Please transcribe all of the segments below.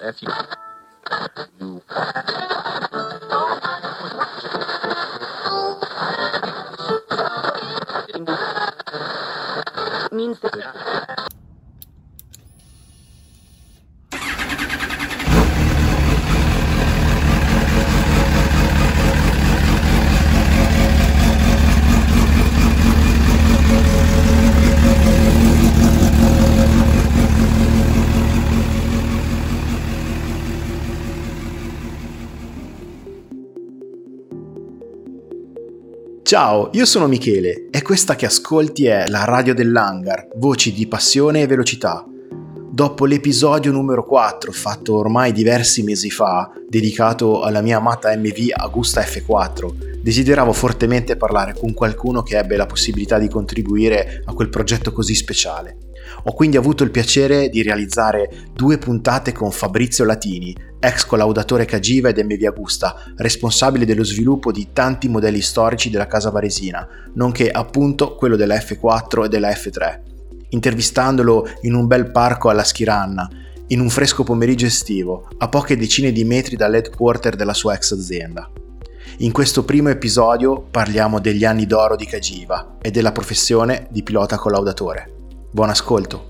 Ciao, io sono Michele e questa che ascolti è la radio dell'Hangar, voci di passione e velocità. Dopo l'episodio numero 4, fatto ormai diversi mesi fa, dedicato alla mia amata MV Agusta F4, desideravo fortemente parlare con qualcuno che ebbe la possibilità di contribuire a quel progetto così speciale. Ho quindi avuto il piacere di realizzare 2 puntate con Fabrizio Latini, ex collaudatore Cagiva ed MV Agusta, responsabile dello sviluppo di tanti modelli storici della casa varesina, nonché appunto quello della F4 e della F3. Intervistandolo in un bel parco alla Schiranna, in un fresco pomeriggio estivo, a poche decine di metri dall'headquarter della sua ex azienda. In questo primo episodio parliamo degli anni d'oro di Cagiva e della professione di pilota collaudatore. Buon ascolto!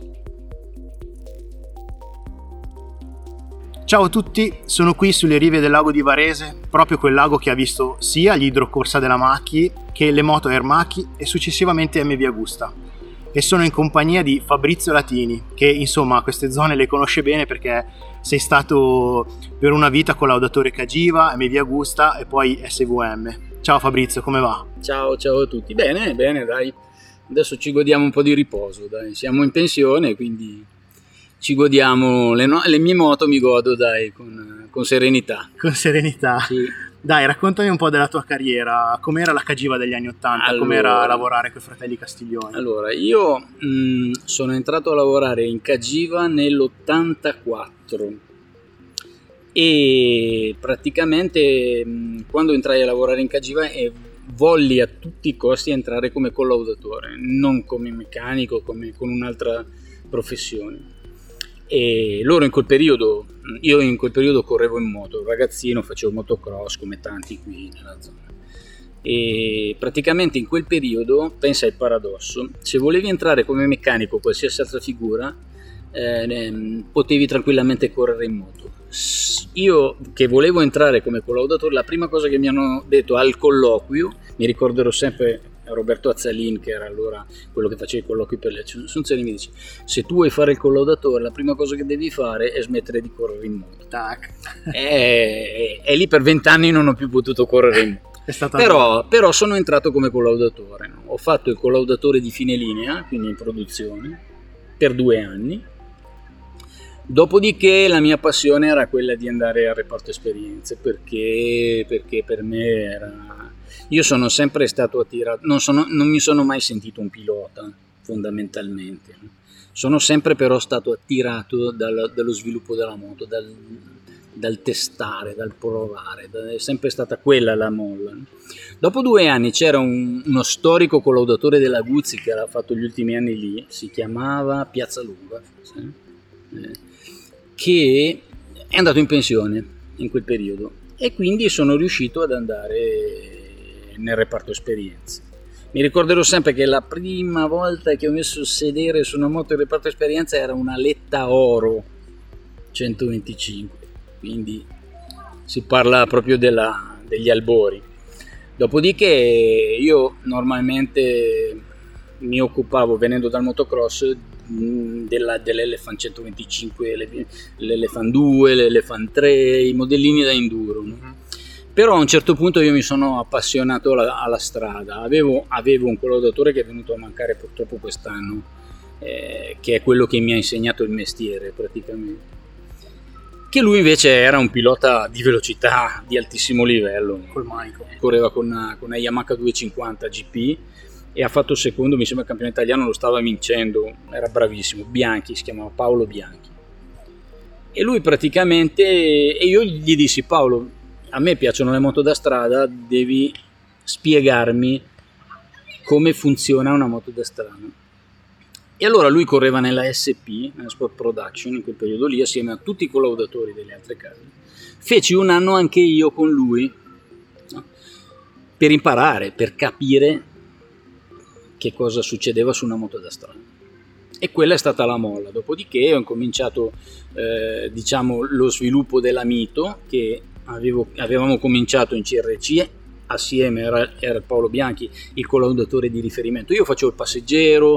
Ciao a tutti, sono qui sulle rive del lago di Varese, proprio quel lago che ha visto sia l'idrocorsa della Macchi che le moto Air Macchi e successivamente MV Agusta. E sono in compagnia di Fabrizio Latini, che insomma queste zone le conosce bene perché sei stato per una vita collaudatore Cagiva, MV Agusta e poi SVM. Ciao Fabrizio, come va? Ciao a tutti. Bene, dai. Adesso ci godiamo un po' di riposo, dai. Siamo in pensione, quindi ci godiamo le mie moto, mi godo, dai, con serenità. Con serenità? Sì. Dai, raccontami un po' della tua carriera, com'era la Cagiva degli anni '80, allora, com'era lavorare con i fratelli Castiglioni? Allora, io sono entrato a lavorare in Cagiva nell'84 e praticamente quando entrai a lavorare in Cagiva volli a tutti i costi entrare come collaudatore, non come meccanico, come con un'altra professione. E loro in quel periodo, io in quel periodo correvo in moto, ragazzino, facevo motocross come tanti qui nella zona. E praticamente in quel periodo, pensa al paradosso, se volevi entrare come meccanico o qualsiasi altra figura, potevi tranquillamente correre in moto. Io che volevo entrare come collaudatore, la prima cosa che mi hanno detto al colloquio, mi ricorderò sempre Roberto Azzalin, che era allora quello che faceva i colloqui per le assunzioni, mi dice: se tu vuoi fare il collaudatore, la prima cosa che devi fare è smettere di correre in moto. Tac. E lì per 20 anni non ho più potuto correre in moto. Però sono entrato come collaudatore, no? Ho fatto il collaudatore di fine linea, quindi in produzione, per 2 anni. Dopodiché la mia passione era quella di andare al reparto esperienze, perché per me era... Io sono sempre stato attirato, non mi sono mai sentito un pilota, fondamentalmente. Sono sempre però stato attirato dallo sviluppo della moto, dal testare, dal provare, è sempre stata quella la molla. Dopo 2 anni c'era uno storico collaudatore della Guzzi che aveva fatto gli ultimi anni lì, si chiamava Piazzalunga, che è andato in pensione in quel periodo e quindi sono riuscito ad andare nel reparto esperienze. Mi ricorderò sempre che la prima volta che ho messo il sedere su una moto in reparto esperienze era una Letta Oro 125, quindi si parla proprio degli albori. Dopodiché io normalmente mi occupavo, venendo dal motocross, dell'Elephant 125, l'Elephant 2, l'Elephant 3, i modellini da enduro, no? Però a un certo punto io mi sono appassionato alla strada. Avevo un collaudatore che è venuto a mancare purtroppo quest'anno, che è quello che mi ha insegnato il mestiere praticamente, che lui invece era un pilota di velocità di altissimo livello, col manico. Correva con una Yamaha 250 GP e ha fatto secondo, mi sembra, il campione italiano, lo stava vincendo, era bravissimo. Bianchi, si chiamava Paolo Bianchi. E lui praticamente, e io gli dissi: Paolo, a me piacciono le moto da strada, devi spiegarmi come funziona una moto da strada. E allora lui correva nella SP, nella Sport Production, in quel periodo lì, assieme a tutti i collaudatori delle altre case. Feci un anno anche io con lui, no? Per imparare, per capire che cosa succedeva su una moto da strada. E quella è stata la molla. Dopodiché ho incominciato diciamo lo sviluppo della Mito, che avevamo cominciato in CRC assieme, era Paolo Bianchi il collaudatore di riferimento. Io facevo il passeggero,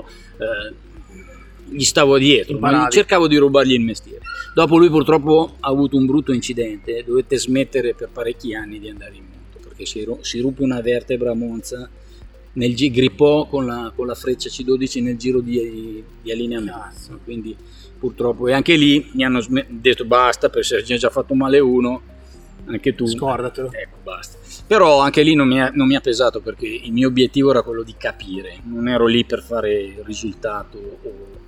gli stavo dietro, ma cercavo di rubargli il mestiere. Dopo lui purtroppo ha avuto un brutto incidente, dovette smettere per parecchi anni di andare in moto perché si ruppe una vertebra a Monza, grippò con la freccia C12 nel giro di allineamento, quindi purtroppo, e anche lì mi hanno detto basta, per se hai già fatto male uno, anche tu scordatelo, ecco, basta. Però anche lì non mi ha pesato, perché il mio obiettivo era quello di capire, non ero lì per fare risultato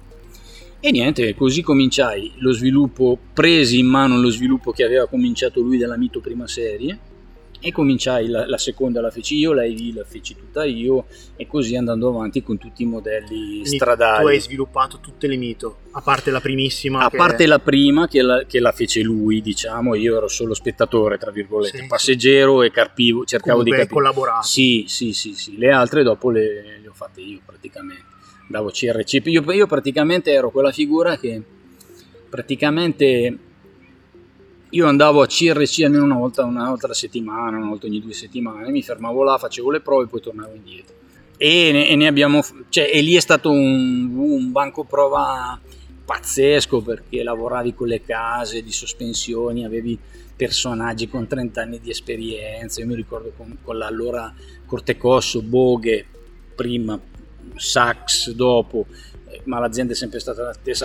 e niente, così cominciai lo sviluppo, presi in mano lo sviluppo che aveva cominciato lui della Mito prima serie, e cominciai la seconda la feci io, la EV la feci tutta io, e così andando avanti con tutti i modelli stradali. Tu hai sviluppato tutte le Mito, a parte la primissima, parte la prima che la fece lui, diciamo, io ero solo spettatore tra virgolette, passeggero, e cercavo comunque di capire, collaborare. Sì, le altre dopo le ho fatte io praticamente, andavo CRC, io praticamente ero quella figura che praticamente io andavo a CRC almeno una volta alla settimana, una volta ogni 2 settimane, mi fermavo là, facevo le prove e poi tornavo indietro. E ne abbiamo, e lì è stato un banco prova pazzesco, perché lavoravi con le case di sospensioni, avevi personaggi con 30 anni di esperienza. Io mi ricordo con l'allora Cortecosso, Boghe prima, Sachs dopo, ma l'azienda è sempre stata la stessa,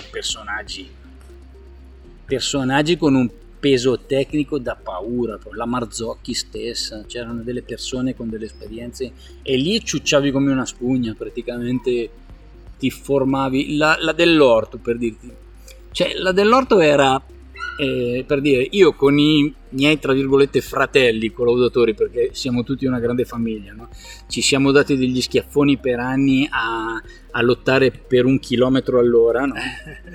personaggi con un peso tecnico da paura, la Marzocchi stessa, c'erano delle persone con delle esperienze, e lì ciucciavi come una spugna, praticamente ti formavi. La dell'orto, per dirti, cioè la dell'orto era per dire, io con i miei tra virgolette fratelli collaudatori, perché siamo tutti una grande famiglia, no? Ci siamo dati degli schiaffoni per anni a lottare per 1 chilometro all'ora, no?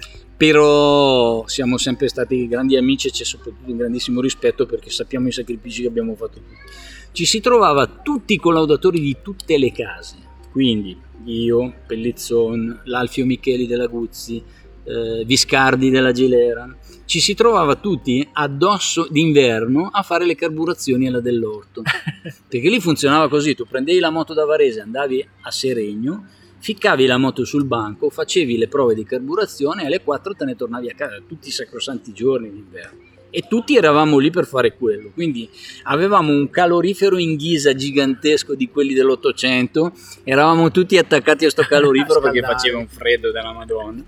Però siamo sempre stati grandi amici e c'è soprattutto un grandissimo rispetto, perché sappiamo i sacrifici che abbiamo fatto tutti. Ci si trovava tutti i collaudatori di tutte le case, quindi io, Pellizzon, l'Alfio Micheli della Guzzi, Viscardi della Gilera, ci si trovava tutti addosso d'inverno a fare le carburazioni alla dell'orto, perché lì funzionava così: tu prendevi la moto da Varese, andavi a Seregno, ficcavi la moto sul banco, facevi le prove di carburazione e alle 4 te ne tornavi a casa, tutti i sacrosanti giorni d'inverno, e tutti eravamo lì per fare quello. Quindi avevamo un calorifero in ghisa gigantesco di quelli dell'800, eravamo tutti attaccati a sto calorifero perché faceva un freddo della Madonna,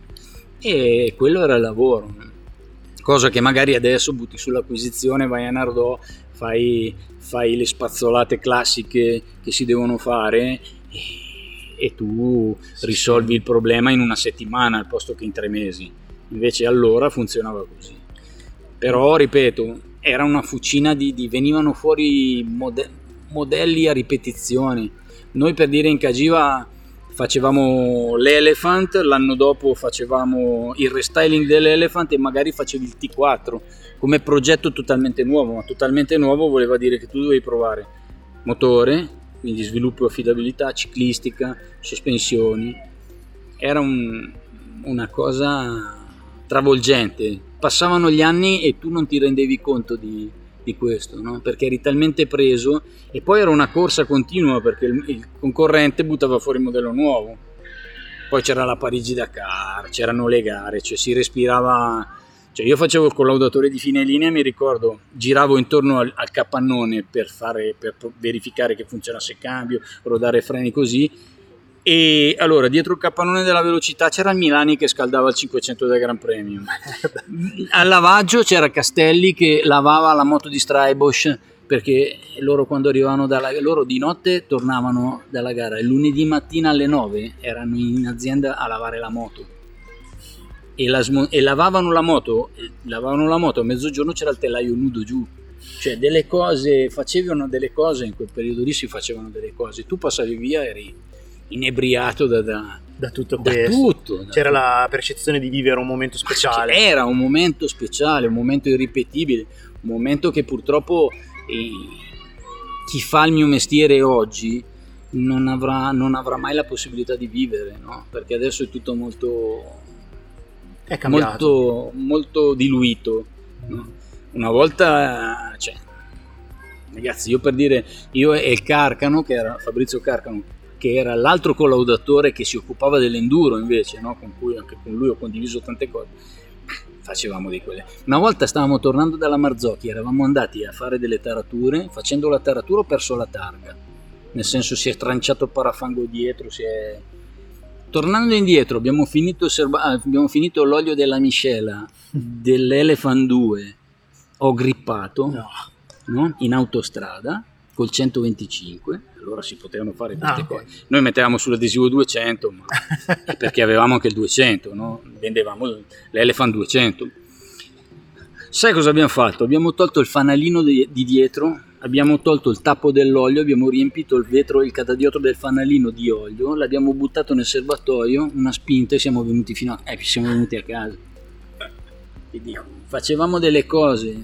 e quello era il lavoro, cosa che magari adesso butti sull'acquisizione, vai a Nardò, fai le spazzolate classiche che si devono fare e tu risolvi il problema in 1 settimana al posto che in 3 mesi. Invece allora funzionava così. Però, ripeto, era una fucina venivano fuori modelli a ripetizione. Noi, per dire, in Cagiva facevamo l'Elephant, l'anno dopo facevamo il restyling dell'Elephant e magari facevi il T4 come progetto totalmente nuovo, ma totalmente nuovo voleva dire che tu dovevi provare motore, quindi sviluppo e affidabilità, ciclistica, sospensioni. Era una cosa travolgente. Passavano gli anni e tu non ti rendevi conto di questo, no? Perché eri talmente preso, e poi era una corsa continua, perché il concorrente buttava fuori il modello nuovo, poi c'era la Parigi-Dakar, c'erano le gare, cioè si respirava. Cioè io facevo il collaudatore di fine linea, mi ricordo, giravo intorno al capannone per verificare che funzionasse il cambio, rodare freni, così. E allora dietro il capannone della velocità c'era il Milani che scaldava il 500 del Gran Premio, al lavaggio c'era Castelli che lavava la moto di Straibosch, perché loro quando arrivavano loro di notte tornavano dalla gara, e lunedì mattina alle 9 erano in azienda a lavare la moto e lavavano la moto a mezzogiorno, c'era il telaio nudo giù. Cioè facevano delle cose in quel periodo lì, si facevano delle cose, tu passavi via, eri inebriato da tutto questo. C'era la percezione di vivere un momento speciale. Era un momento speciale, un momento irripetibile, un momento che purtroppo chi fa il mio mestiere oggi non avrà mai la possibilità di vivere, no? Perché adesso è tutto è cambiato, molto diluito, no? Una volta, ragazzi, io e il Carcano, che era Fabrizio Carcano, che era l'altro collaudatore che si occupava dell'enduro invece, no? Con cui anche con lui ho condiviso tante cose, facevamo di quelle. Una volta stavamo tornando dalla Marzocchi, eravamo andati a fare delle tarature, facendo la taratura ho perso la targa, nel senso si è tranciato il parafango dietro, tornando indietro abbiamo finito l'olio della miscela dell'Elephant 2, ho grippato, no? In autostrada col 125, allora si potevano fare queste cose. Noi mettevamo sull'adesivo 200, ma perché avevamo anche il 200, no? Vendevamo l'Elephant 200. Sai cosa abbiamo fatto? Abbiamo tolto il fanalino di dietro, abbiamo tolto il tappo dell'olio, abbiamo riempito il vetro, il catadiotro del fanalino di olio, l'abbiamo buttato nel serbatoio, una spinta e siamo venuti a casa. Ti dico, facevamo delle cose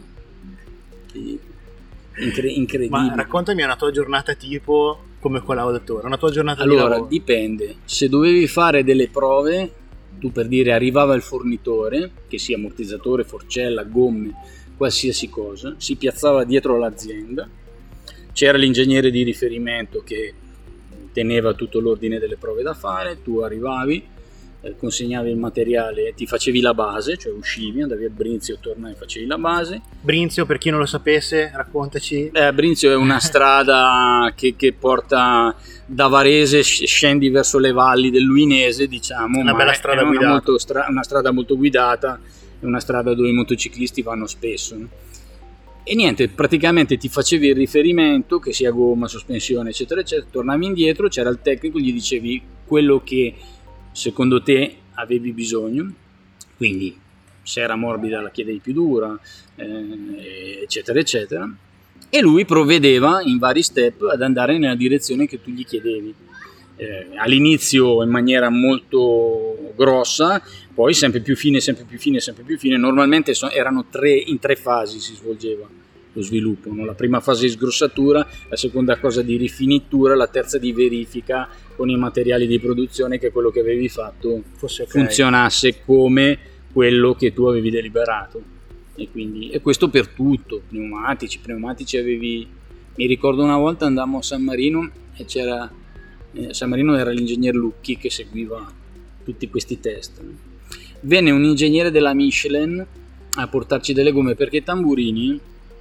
incredibili. Ma raccontami una tua giornata tipo come collaudatore, una tua giornata di lavoro. Allora, dipende. Se dovevi fare delle prove, tu per dire arrivava il fornitore, che sia ammortizzatore, forcella, gomme, qualsiasi cosa, si piazzava dietro l'azienda, c'era l'ingegnere di riferimento che teneva tutto l'ordine delle prove da fare, tu arrivavi, consegnavi il materiale, ti facevi la base, cioè uscivi, andavi a Brinzio, tornavi e facevi la base. Brinzio, per chi non lo sapesse, raccontaci. Brinzio è una strada che porta da Varese, scendi verso le valli del Luinese, diciamo, una bella strada guidata. Una strada molto guidata, è una strada dove i motociclisti vanno spesso, no? E niente, praticamente ti facevi il riferimento, che sia gomma, sospensione, eccetera, eccetera, tornavi indietro, c'era il tecnico, gli dicevi quello che secondo te avevi bisogno, quindi se era morbida la chiedevi più dura, eccetera eccetera, e lui provvedeva in vari step ad andare nella direzione che tu gli chiedevi, all'inizio in maniera molto grossa, poi sempre più fine, normalmente erano in tre fasi si svolgeva lo sviluppo, no? La prima fase di sgrossatura, la seconda cosa di rifinitura, la terza di verifica con i materiali di produzione che quello che avevi fatto funzionasse come quello che tu avevi deliberato. E questo per tutto, pneumatici avevi. Mi ricordo una volta andammo a San Marino e c'era San Marino era l'ingegner Lucchi che seguiva tutti questi test. Venne un ingegnere della Michelin a portarci delle gomme perché Tamburini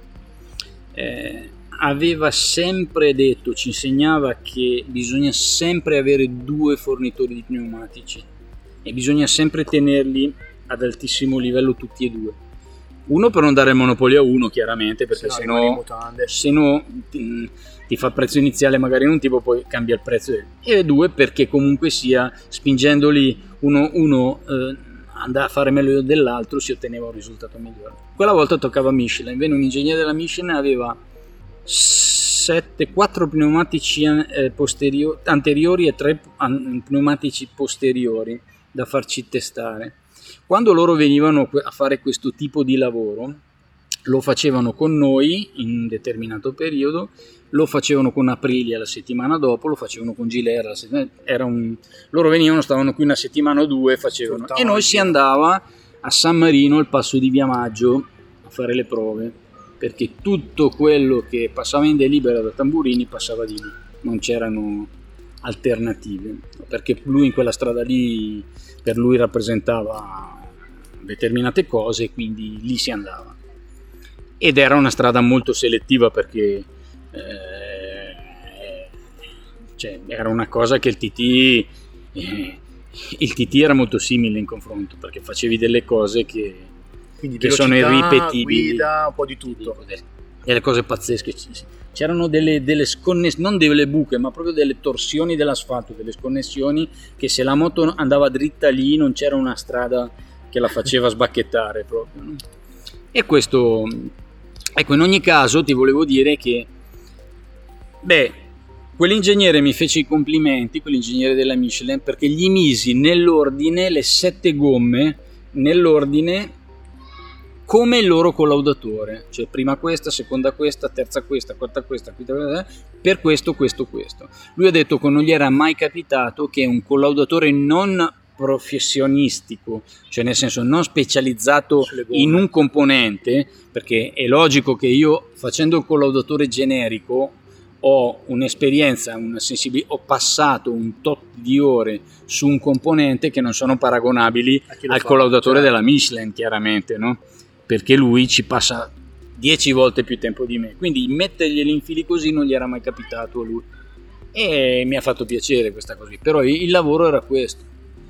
aveva sempre detto, ci insegnava che bisogna sempre avere 2 fornitori di pneumatici e bisogna sempre tenerli ad altissimo livello tutti e 2. Uno per non dare il monopolio a uno, chiaramente, perché se no ti fa il prezzo iniziale, magari non tipo, poi cambia il prezzo. E 2 perché comunque sia, spingendoli uno andava a fare meglio dell'altro, si otteneva un risultato migliore. Quella volta toccava Michelin, venne un ingegnere della Michelin, aveva 4 pneumatici anteriori e 3 pneumatici posteriori da farci testare. Quando loro venivano a fare questo tipo di lavoro, lo facevano con noi in un determinato periodo, lo facevano con Aprilia la settimana dopo, lo facevano con Gilera la settimana. Loro venivano, stavano qui una settimana o 2, facevano, e noi si andava a San Marino, al passo di Via Maggio, a fare le prove, perché tutto quello che passava in delibera da Tamburini passava di lì, non c'erano alternative, perché lui in quella strada lì per lui rappresentava determinate cose, quindi lì si andava. Ed era una strada molto selettiva perché era una cosa che il TT era molto simile in confronto, perché facevi delle cose che sono irripetibili, guida, un po' di tutto, delle cose pazzesche. C'erano delle non delle buche, ma proprio delle torsioni dell'asfalto, delle sconnessioni che se la moto andava dritta lì non c'era una strada che la faceva sbacchettare proprio, no? E questo, ecco, in ogni caso ti volevo dire che Quell'ingegnere mi fece i complimenti, quell'ingegnere della Michelin, perché gli misi nell'ordine le 7 gomme, nell'ordine come il loro collaudatore, cioè prima questa, seconda questa, terza questa, quarta questa, quinta questa, per questo. Lui ha detto che non gli era mai capitato che un collaudatore non professionistico, cioè nel senso non specializzato in un componente, perché è logico che io facendo il collaudatore generico ho un'esperienza, una sensibilità, ho passato un tot di ore su un componente che non sono paragonabili al collaudatore della Michelin, chiaramente, no? Perché lui ci passa 10 volte più tempo di me, quindi metterglieli in fili così non gli era mai capitato a lui, e mi ha fatto piacere questa cosa, però il lavoro era questo.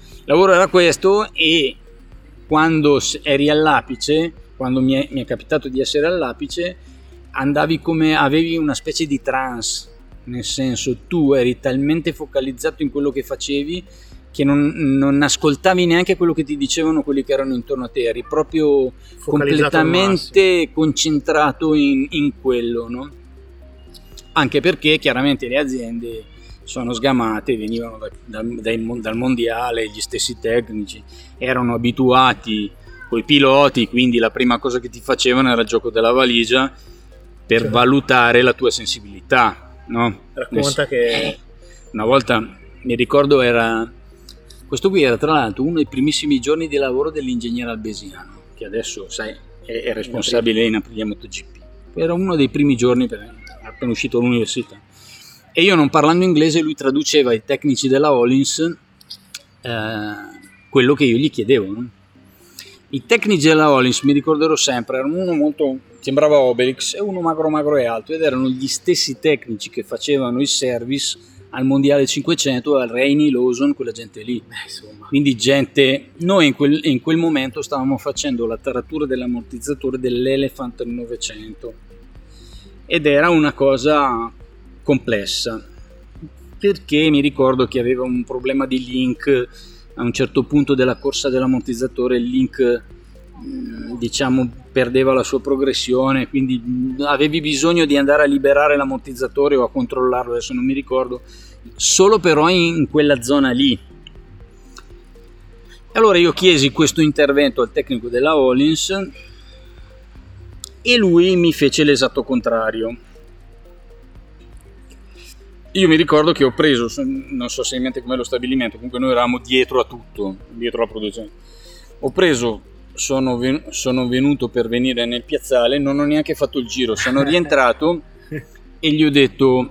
E quando eri all'apice, quando mi è capitato di essere all'apice, avevi una specie di trance, nel senso tu eri talmente focalizzato in quello che facevi che non ascoltavi neanche quello che ti dicevano quelli che erano intorno a te, eri proprio completamente concentrato in quello, no? Anche perché chiaramente le aziende sono sgamate, venivano dal mondiale, gli stessi tecnici erano abituati coi piloti, quindi la prima cosa che ti facevano era il gioco della valigia per valutare la tua sensibilità, no? Racconta che una volta mi ricordo questo qui era tra l'altro uno dei primissimi giorni di lavoro dell'ingegnere Albesiano, che adesso sai è responsabile in Aprilia MotoGP. Era uno dei primi giorni appena uscito dall'università, e io non parlando inglese lui traduceva ai tecnici della Hollins quello che io gli chiedevo, no? I tecnici della Hollins, mi ricorderò sempre, erano uno molto, sembrava Obelix, e uno magro e alto, ed erano gli stessi tecnici che facevano il service al mondiale 500 al Rainy Lawson, quella gente lì. Quindi gente, noi in quel momento stavamo facendo la taratura dell'ammortizzatore dell'Elephant 900 ed era una cosa complessa, perché mi ricordo che aveva un problema di link a un certo punto della corsa dell'ammortizzatore, il link diciamo perdeva la sua progressione, quindi avevi bisogno di andare a liberare l'ammortizzatore o a controllarlo, adesso non mi ricordo, solo però in quella zona lì. Allora io chiesi questo intervento al tecnico della Hollins e lui mi fece l'esatto contrario. Io mi ricordo che ho preso, non so se in mente com'è lo stabilimento, comunque noi eravamo dietro a tutto, dietro alla produzione. Ho preso, sono venuto per venire nel piazzale, non ho neanche fatto il giro, sono rientrato e gli ho detto,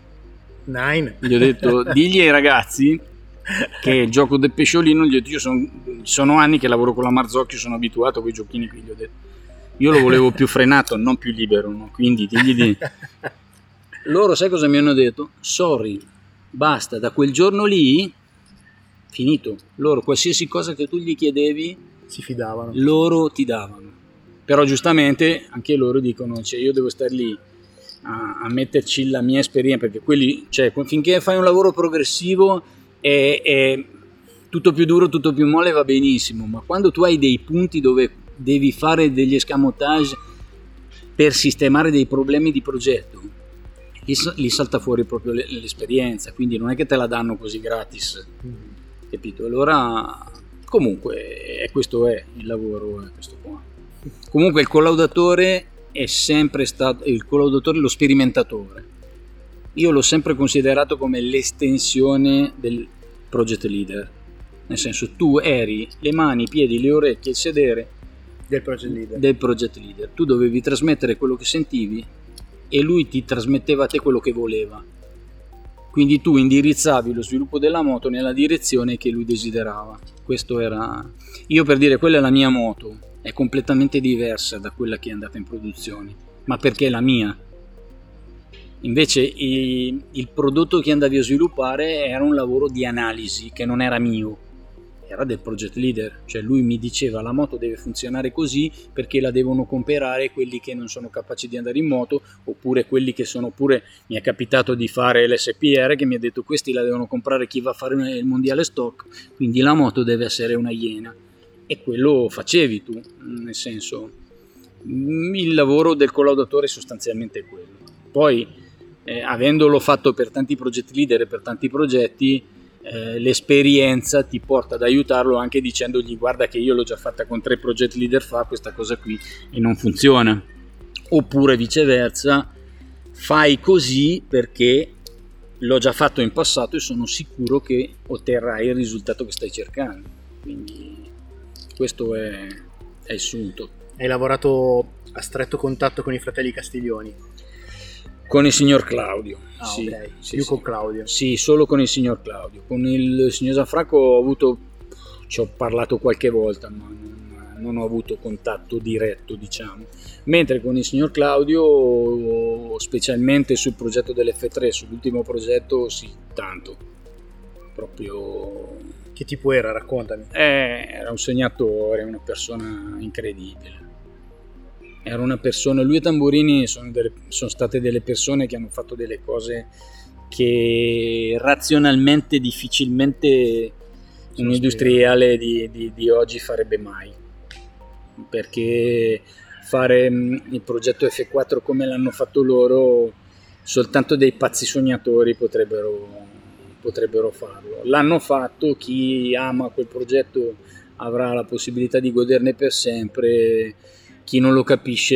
digli ai ragazzi che il gioco del pesciolino, gli ho detto, io sono anni che lavoro con la Marzocchi, sono abituato a quei giochini qui, gli ho detto, io lo volevo più frenato, non più libero, no? Quindi digli di... Loro sai cosa mi hanno detto? Sorry, basta, da quel giorno lì finito. Loro qualsiasi cosa che tu gli chiedevi si fidavano, loro ti davano. Però giustamente anche loro dicono, cioè io devo stare lì a metterci la mia esperienza, perché quelli, cioè finché fai un lavoro progressivo è tutto più duro, tutto più molle, va benissimo, ma quando tu hai dei punti dove devi fare degli escamotage per sistemare dei problemi di progetto, lì salta fuori proprio l'esperienza, quindi non è che te la danno così gratis, capito? Allora comunque questo è il lavoro, è questo qua. Comunque il collaudatore è sempre stato lo sperimentatore. Io l'ho sempre considerato come l'estensione del project leader, nel senso tu eri le mani, i piedi, le orecchie, il sedere del project leader. Tu dovevi trasmettere quello che sentivi e lui ti trasmetteva a te quello che voleva, quindi tu indirizzavi lo sviluppo della moto nella direzione che lui desiderava. Questo era, io per dire, quella è la mia moto, è completamente diversa da quella che è andata in produzione, ma perché è la mia. Invece il prodotto che andavi a sviluppare era un lavoro di analisi che non era mio, era del project leader, cioè lui mi diceva la moto deve funzionare così perché la devono comprare quelli che non sono capaci di andare in moto, oppure quelli che sono, pure mi è capitato di fare l'SPR che mi ha detto questi la devono comprare chi va a fare il mondiale stock, quindi la moto deve essere una Iena, e quello facevi tu, nel senso il lavoro del collaudatore è sostanzialmente quello. Poi avendolo fatto per tanti project leader e per tanti progetti, l'esperienza ti porta ad aiutarlo anche dicendogli: guarda che io l'ho già fatta con 3 project leader fa questa cosa qui e non funziona, oppure viceversa, fai così perché l'ho già fatto in passato e sono sicuro che otterrai il risultato che stai cercando. Quindi questo è il sunto. Hai lavorato a stretto contatto con i fratelli Castiglioni? Con il signor Claudio. Sì, okay. Più con Claudio? Sì, solo con il signor Claudio. Con il signor Gianfranco ci ho parlato qualche volta, ma non ho avuto contatto diretto, diciamo. Mentre con il signor Claudio, specialmente sul progetto dell'F3, sull'ultimo progetto, sì, tanto. Proprio... Che tipo era? Raccontami. Era un sognatore, una persona incredibile. Era una persona, lui e Tamburini sono state delle persone che hanno fatto delle cose che razionalmente difficilmente un industriale di oggi farebbe mai, perché fare il progetto F4 come l'hanno fatto loro, soltanto dei pazzi sognatori potrebbero farlo. L'hanno fatto, chi ama quel progetto avrà la possibilità di goderne per sempre, chi non lo capisce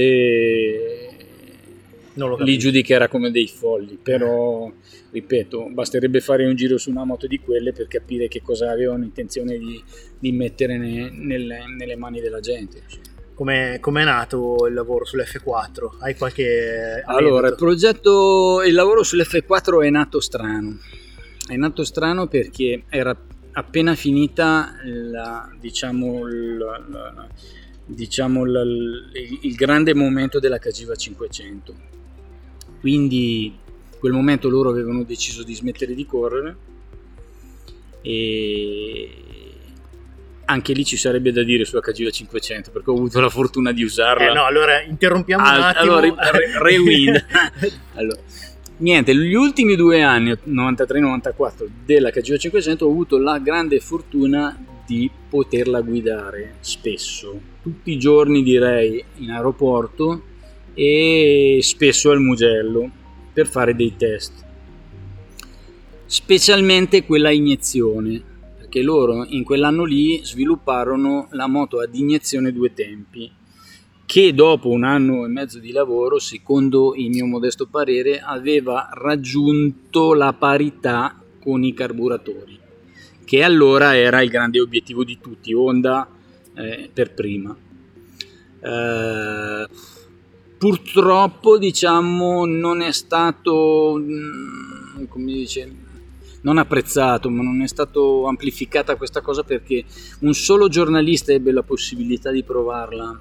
li giudicherà come dei folli, però ripeto, basterebbe fare un giro su una moto di quelle per capire che cosa avevano intenzione di mettere nelle mani della gente. Com'è nato il lavoro sull'F4? Hai qualche aneddoto? Allora, il lavoro sull'F4 è nato strano. È nato strano perché era appena finita il grande momento della Cagiva 500. Quindi in quel momento loro avevano deciso di smettere di correre e anche lì ci sarebbe da dire sulla Cagiva 500, perché ho avuto la fortuna di usarla. No, allora interrompiamo un attimo. Allora, rewind. Allora, niente, gli ultimi 2 anni, 93-94, della Cagiva 500 ho avuto la grande fortuna di poterla guidare spesso, tutti i giorni direi, in aeroporto e spesso al Mugello per fare dei test, specialmente quella iniezione, perché loro in quell'anno lì svilupparono la moto ad iniezione 2 tempi, che dopo 1 anno e mezzo di lavoro, secondo il mio modesto parere, aveva raggiunto la parità con i carburatori, che allora era il grande obiettivo di tutti, Honda per prima. Purtroppo, diciamo, non è stato, come dice, non apprezzato, ma non è stato amplificata questa cosa, perché un solo giornalista ebbe la possibilità di provarla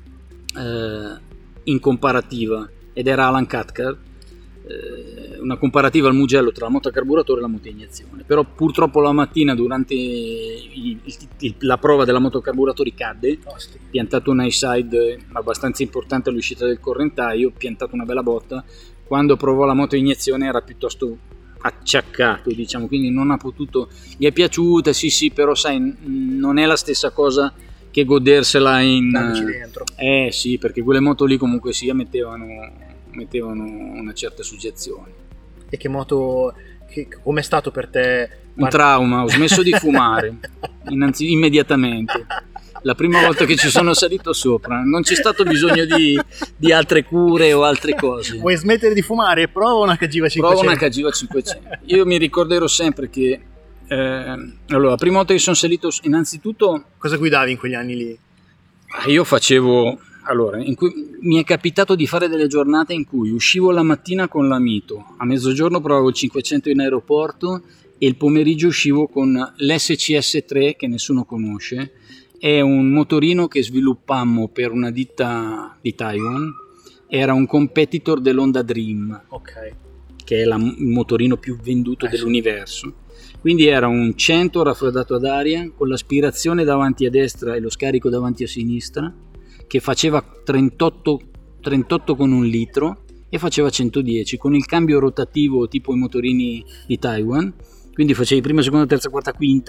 in comparativa, ed era Alan Cathcart, una comparativa al Mugello tra la moto a carburatore e la moto a iniezione. Però purtroppo la mattina durante la prova della moto a carburatori cadde, piantato un high side abbastanza importante all'uscita del correntaio, piantato una bella botta. Quando provò la moto a iniezione era piuttosto acciaccato, diciamo, quindi non ha potuto, gli è piaciuta, sì, però sai, non è la stessa cosa che godersela dentro. Sì, perché quelle moto lì comunque sia mettevano una certa suggezione. E che moto, com'è stato per te? Un trauma, ho smesso di fumare immediatamente. La prima volta che ci sono salito sopra non c'è stato bisogno di altre cure o altre cose. Vuoi smettere di fumare? Prova una Cagiva 500. Prova una Cagiva 500. Io mi ricorderò sempre che allora, la prima volta che sono salito, innanzitutto, cosa guidavi in quegli anni lì? Io facevo, allora, mi è capitato di fare delle giornate in cui uscivo la mattina con la Mito, a mezzogiorno provavo il 500 in aeroporto e il pomeriggio uscivo con l'SCS3, che nessuno conosce. È un motorino che sviluppammo per una ditta di Taiwan, era un competitor dell'Honda Dream, okay, che è il motorino più venduto dell'universo. Quindi era un 100 raffreddato ad aria con l'aspirazione davanti a destra e lo scarico davanti a sinistra, che faceva 38 con 1 litro e faceva 110 con il cambio rotativo tipo i motorini di Taiwan. Quindi facevi prima, seconda, terza, quarta, quinta,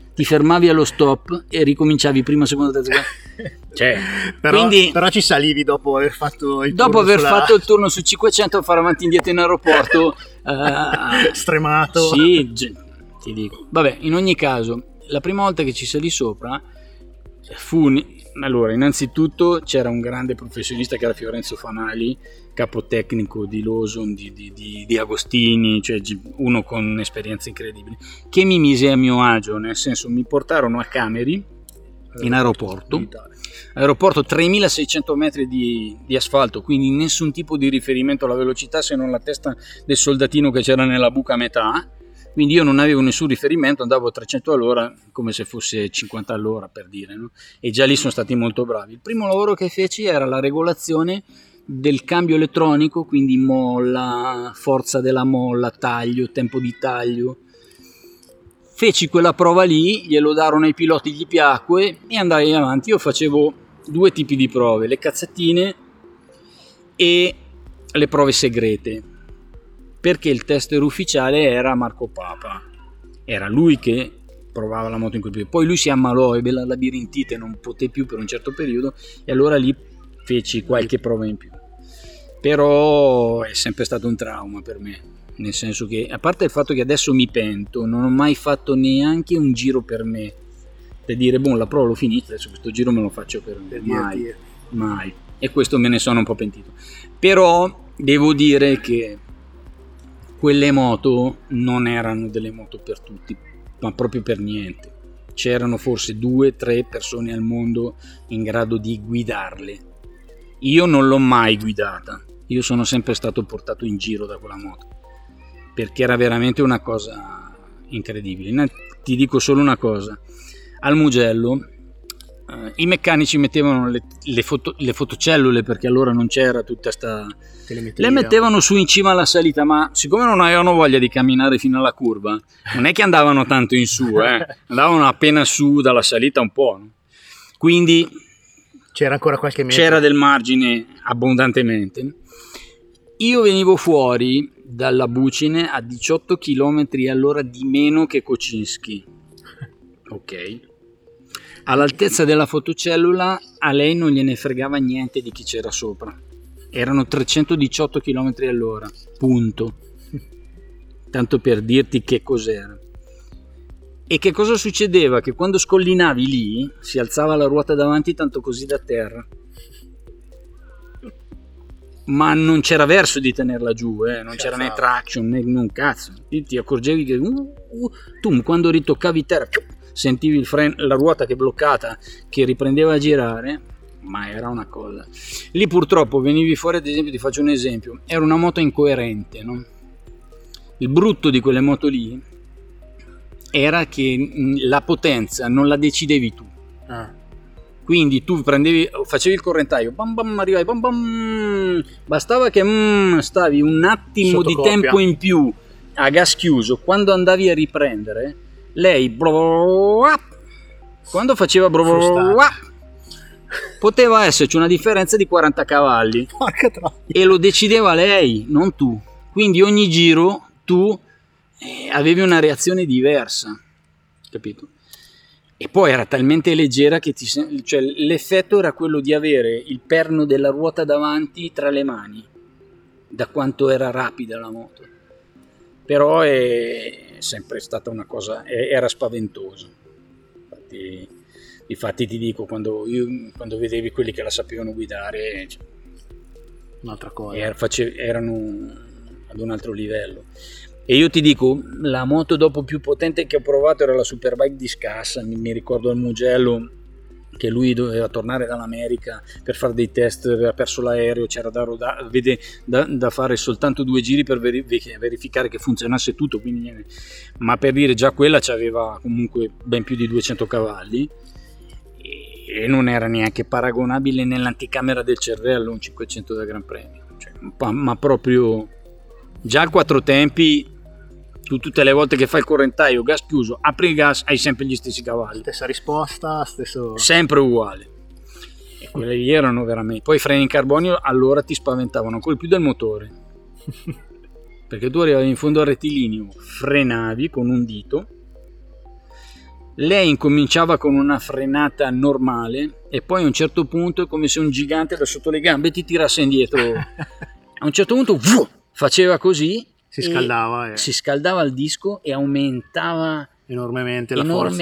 ti fermavi allo stop e ricominciavi prima, seconda, terza. Cioè, però ci salivi dopo aver fatto il turno su 500 a fare avanti e indietro in aeroporto. Stremato. Sì, ti dico. Vabbè, in ogni caso, la prima volta che ci salì sopra allora, innanzitutto c'era un grande professionista che era Fiorenzo Fanali, capotecnico di Lawson, di Agostini, cioè uno con esperienze incredibili, che mi mise a mio agio, nel senso mi portarono a Cameri in aeroporto 3600 metri di asfalto, quindi nessun tipo di riferimento alla velocità se non la testa del soldatino che c'era nella buca a metà. Quindi io non avevo nessun riferimento, andavo a 300 all'ora come se fosse 50 all'ora, per dire, no? E già lì sono stati molto bravi. Il primo lavoro che feci era la regolazione del cambio elettronico, quindi molla, forza della molla, taglio, tempo di taglio. Feci quella prova lì, glielo darono ai piloti, gli piacque e andai avanti. Io facevo 2 tipi di prove, le cazzettine e le prove segrete, perché il tester ufficiale era Marco Papa, era lui che provava la moto in quel periodo. Poi lui si ammalò, ebbe la labirintite, non poté più per un certo periodo e allora lì feci qualche prova in più. Però è sempre stato un trauma per me, nel senso che, a parte il fatto che adesso mi pento, non ho mai fatto neanche un giro per me, per dire la prova l'ho finita, adesso questo giro me lo faccio per me, mai, e questo me ne sono un po' pentito. Però devo dire che quelle moto non erano delle moto per tutti, ma proprio per niente. C'erano forse 2-3 persone al mondo in grado di guidarle. Io non l'ho mai guidata, io sono sempre stato portato in giro da quella moto, perché era veramente una cosa incredibile. Ti dico solo una cosa, al Mugello i meccanici mettevano le fotocellule, perché allora non c'era tutta sta... Le mettevano su in cima alla salita, ma siccome non avevano voglia di camminare fino alla curva, non è che andavano tanto in su, andavano appena su dalla salita un po', no? Quindi c'era ancora qualche metro. C'era del margine abbondantemente. Io venivo fuori dalla Bucine a 18 km all'ora di meno che Kocinski, ok? All'altezza della fotocellula a lei non gliene fregava niente di chi c'era sopra. Erano 318 km all'ora, punto. Tanto per dirti che cos'era. E che cosa succedeva? Che quando scollinavi lì si alzava la ruota davanti tanto così da terra. Ma non c'era verso di tenerla giù, non c'era né traction né un cazzo. Ti accorgevi che tu quando ritoccavi terra sentivi il freno, la ruota che è bloccata, che riprendeva a girare, ma era una cosa. Lì purtroppo venivi fuori, ad esempio, ti faccio un esempio, era una moto incoerente, no? Il brutto di quelle moto lì era che la potenza non la decidevi tu. Quindi tu facevi il correntaio, bam bam, arrivavi, bam bam, bastava che stavi un attimo di tempo in più a gas chiuso, quando andavi a riprendere lei quando faceva poteva esserci una differenza di 40 cavalli e lo decideva lei, non tu. Quindi ogni giro tu avevi una reazione diversa, capito? E poi era talmente leggera che cioè, l'effetto era quello di avere il perno della ruota davanti tra le mani, da quanto era rapida la moto. Però è sempre stata una cosa, era spaventosa. Infatti ti dico, quando vedevi quelli che la sapevano guidare, cioè, un'altra cosa, erano ad un altro livello. E io ti dico, la moto dopo più potente che ho provato era la Superbike di Scassa. Mi ricordo al Mugello che lui doveva tornare dall'America per fare dei test, aveva perso l'aereo, c'era da fare soltanto 2 giri per verificare che funzionasse tutto, quindi niente. Ma per dire, già quella c'aveva comunque ben più di 200 cavalli e non era neanche paragonabile nell'anticamera del cervello un 500 da Gran Premio, cioè, ma proprio già al 4 tempi. Tu tutte le volte che fai il correntaio, gas chiuso, apri il gas, hai sempre gli stessi cavalli. Stessa risposta, stesso... Sempre uguale. E quelle lì erano veramente... Poi i freni in carbonio allora ti spaventavano ancora più del motore. Perché tu arrivavi in fondo al rettilineo, frenavi con un dito, lei incominciava con una frenata normale e poi a un certo punto è come se un gigante da sotto le gambe ti tirasse indietro. A un certo punto faceva così, si scaldava il disco e aumentava enormemente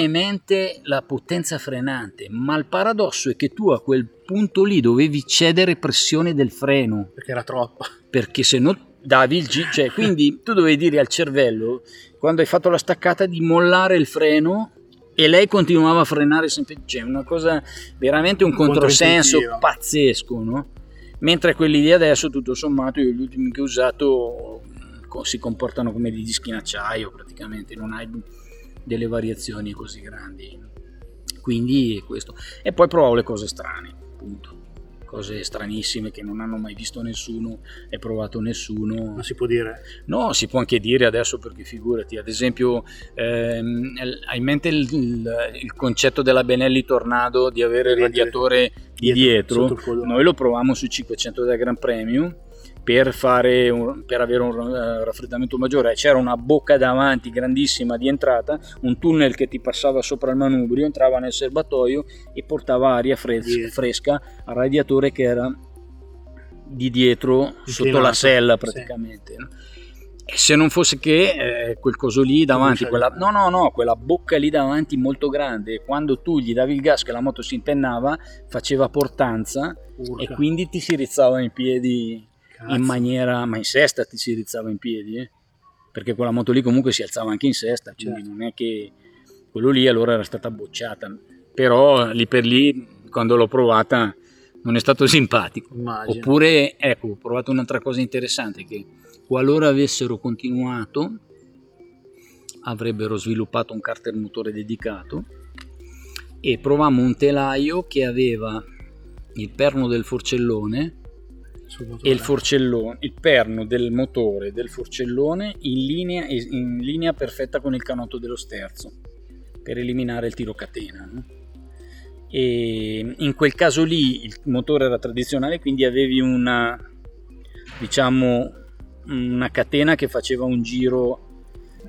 la potenza frenante, ma il paradosso è che tu a quel punto lì dovevi cedere pressione del freno perché era troppa, perché se no davi il cioè quindi tu dovevi dire al cervello, quando hai fatto la staccata, di mollare il freno, e lei continuava a frenare sempre. Cioè una cosa veramente, un controsenso pazzesco, no? Mentre quelli di adesso, tutto sommato, io gli ultimi che ho usato si comportano come dei dischi in acciaio praticamente, non hai delle variazioni così grandi, quindi è questo. E poi provavo le cose strane, appunto, cose stranissime che non hanno mai visto nessuno e provato nessuno. Non si può dire? No, si può anche dire adesso, perché figurati, ad esempio hai in mente il concetto della Benelli Tornado di avere il radiatore di dietro? Noi lo provavamo su 500 del Gran Premio per avere un raffreddamento maggiore. C'era una bocca davanti grandissima di entrata, un tunnel che ti passava sopra il manubrio, entrava nel serbatoio e portava aria fresca al radiatore che era di dietro, sotto la sella praticamente, sì. No? E se non fosse che quel coso lì davanti, quella bocca lì davanti molto grande, quando tu gli davi il gas che la moto si impennava, faceva portanza. Urca. E quindi ti si rizzava in piedi. Cazzo. In maniera, ma in sesta ti si rizzava in piedi, perché quella moto lì comunque si alzava anche in sesta, quindi non è che quello lì allora era stata bocciata, però lì per lì quando l'ho provata non è stato simpatico. Immagino. Oppure ecco, ho provato un'altra cosa interessante, che qualora avessero continuato avrebbero sviluppato un carter motore dedicato e provammo un telaio che aveva il perno del forcellone e il perno del motore del forcellone in linea perfetta con il canotto dello sterzo, per eliminare il tiro catena, no? E in quel caso lì il motore era tradizionale, quindi avevi una catena che faceva un giro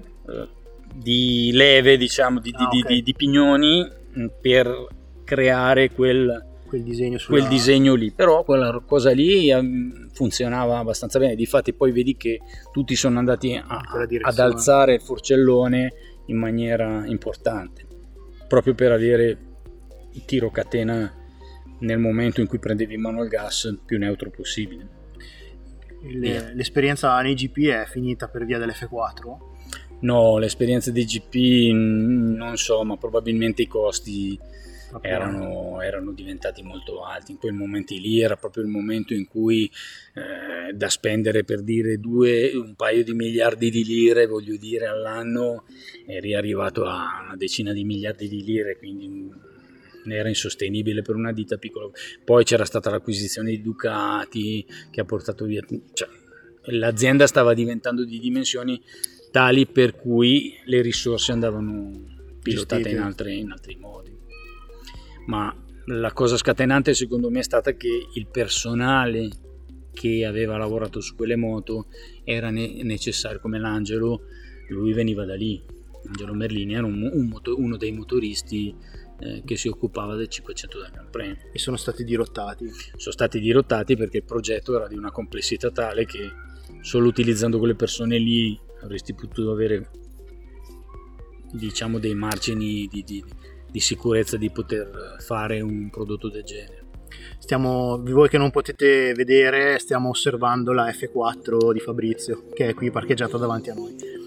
di leve, di pignoni, per creare quel disegno lì. Però quella cosa lì funzionava abbastanza bene. Difatti poi vedi che tutti sono andati ad alzare il forcellone in maniera importante, proprio per avere il tiro catena nel momento in cui prendevi in mano il gas più neutro possibile. L'esperienza nei GP è finita per via dell'F4? No, l'esperienza di GP non so, ma probabilmente i costi erano diventati molto alti. In quei momenti lì era proprio il momento in cui da spendere, per dire, un paio di miliardi di lire, voglio dire, all'anno, eri arrivato a una decina di miliardi di lire, quindi era insostenibile per una ditta piccola. Poi c'era stata l'acquisizione di Ducati che ha portato via, cioè, l'azienda stava diventando di dimensioni tali per cui le risorse andavano pilotate in altri modi. Ma la cosa scatenante secondo me è stata che il personale che aveva lavorato su quelle moto era necessario, come l'Angelo, lui veniva da lì. Angelo Merlini era uno dei motoristi che si occupava del 500 del Gran Premio. E sono stati dirottati? Sono stati dirottati perché il progetto era di una complessità tale che solo utilizzando quelle persone lì avresti potuto avere, diciamo, dei margini di sicurezza di poter fare un prodotto del genere. Voi che non potete vedere, stiamo osservando la F4 di Fabrizio, che è qui parcheggiata davanti a noi.